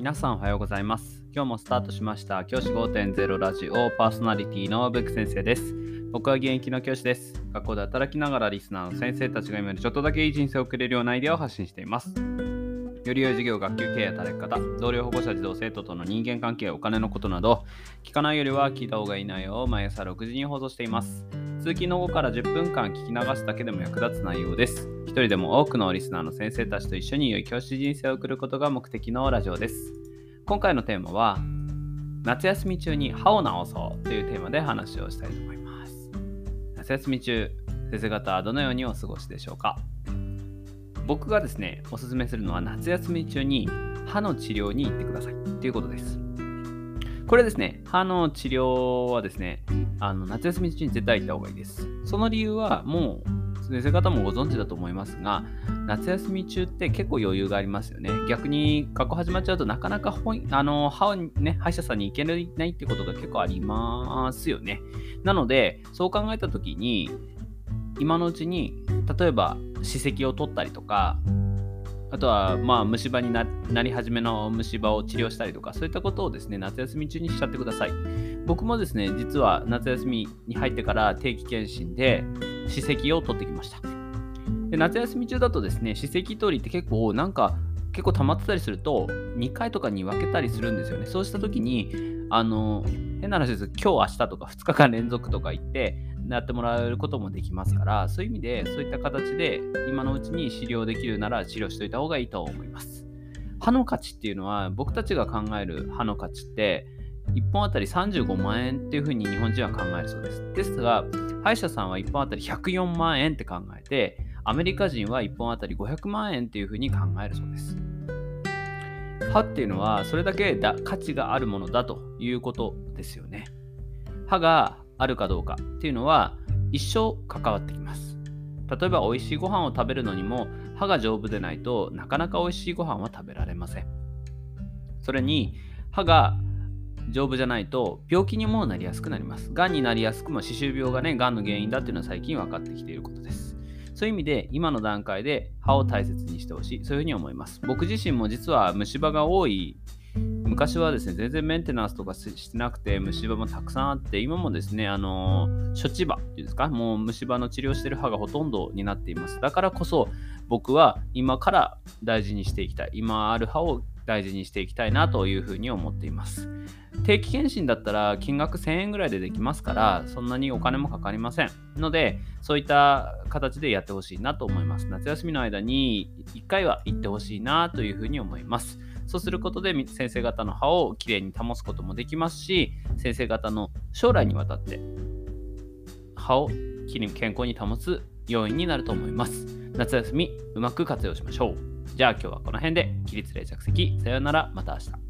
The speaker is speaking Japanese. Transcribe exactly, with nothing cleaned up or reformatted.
皆さんおはようございます。今日もスタートしました教師 ごてんゼロ ラジオパーソナリティのベック先生です。僕は現役の教師です。学校で働きながらリスナーの先生たちが今よりちょっとだけいい人生を送れるようなアイデアを発信しています。より良い授業、学級経営や働き方、同僚、保護者、児童、生徒との人間関係、お金のことなど、聞かないよりは聞いた方がいい内容を毎朝ろくじに放送しています。通勤の後からじゅっぷんかん聞き流すだけでも役立つ内容です。一人でも多くのリスナーの先生たちと一緒に良い教師人生を送ることが目的のラジオです。今回のテーマは、夏休み中に歯を治そうというテーマで話をしたいと思います。夏休み中、先生方はどのようにお過ごしでしょうか？僕がですね、おすすめするのは夏休み中に歯の治療に行ってくださいということです。これですね、歯の治療はですね、あの夏休み中に絶対行った方がいいです。その理由はもう先生方もご存知だと思いますが、夏休み中って結構余裕がありますよね。逆に学校始まっちゃうとなかなかあの歯を、ね、歯医者さんに行けないってことが結構ありますよね。なので、そう考えたときに、今のうちに例えば歯石を取ったりとか、あとはまあ虫歯に な, なり始めの虫歯を治療したりとか、そういったことをですね、夏休み中にしちゃってください。僕もですね、実は夏休みに入ってから定期検診で歯石を取ってきました。で、夏休み中だとですね、歯石取りって結構なんか結構溜まってたりするとにかいとかに分けたりするんですよね。そうした時にあの変な話です。今日明日とかふつかかん連続とか行ってやってもらうこともできますから、そういう意味でそういった形で今のうちに治療できるなら治療しておいた方がいいと思います。歯の価値っていうのは、僕たちが考える歯の価値っていっぽんあたりさんじゅうごまんえんっていうふうに日本人は考えるそうです。ですが、歯医者さんはいっぽんあたりひゃくよんまんえんって考えて、アメリカ人はいっぽんあたりごひゃくまんえんっていうふうに考えるそうです。歯っていうのはそれだけだ価値があるものだということですよね。歯があるかどうかっていうのは一生関わってきます。例えば美味しいご飯を食べるのにも歯が丈夫でないとなかなか美味しいご飯は食べられません。それに歯が丈夫じゃないと病気にもなりやすくなります。がんになりやすくも歯周病がね、がんの原因だっていうのは最近分かってきていることです。そういう意味で今の段階で歯を大切にしてほしい、そういうふうに思います。僕自身も実は虫歯が多い、昔はですね、全然メンテナンスとかしてなくて虫歯もたくさんあって、今もですね、あの処置歯っていうんですか、もう虫歯の治療している歯がほとんどになっています。だからこそ僕は今から大事にしていきたい、今ある歯を大事にしていきたいなというふうに思っています。定期検診だったら金額せんえんぐらいでできますから、そんなにお金もかかりませんので、そういった形でやってほしいなと思います。夏休みの間にいっかいは行ってほしいなというふうに思います。そうすることで先生方の歯をきれいに保つこともできますし、先生方の将来にわたって歯をきれいに健康に保つ要因になると思います。夏休みうまく活用しましょう。じゃあ今日はこの辺で。起立例着席、さようなら、また明日。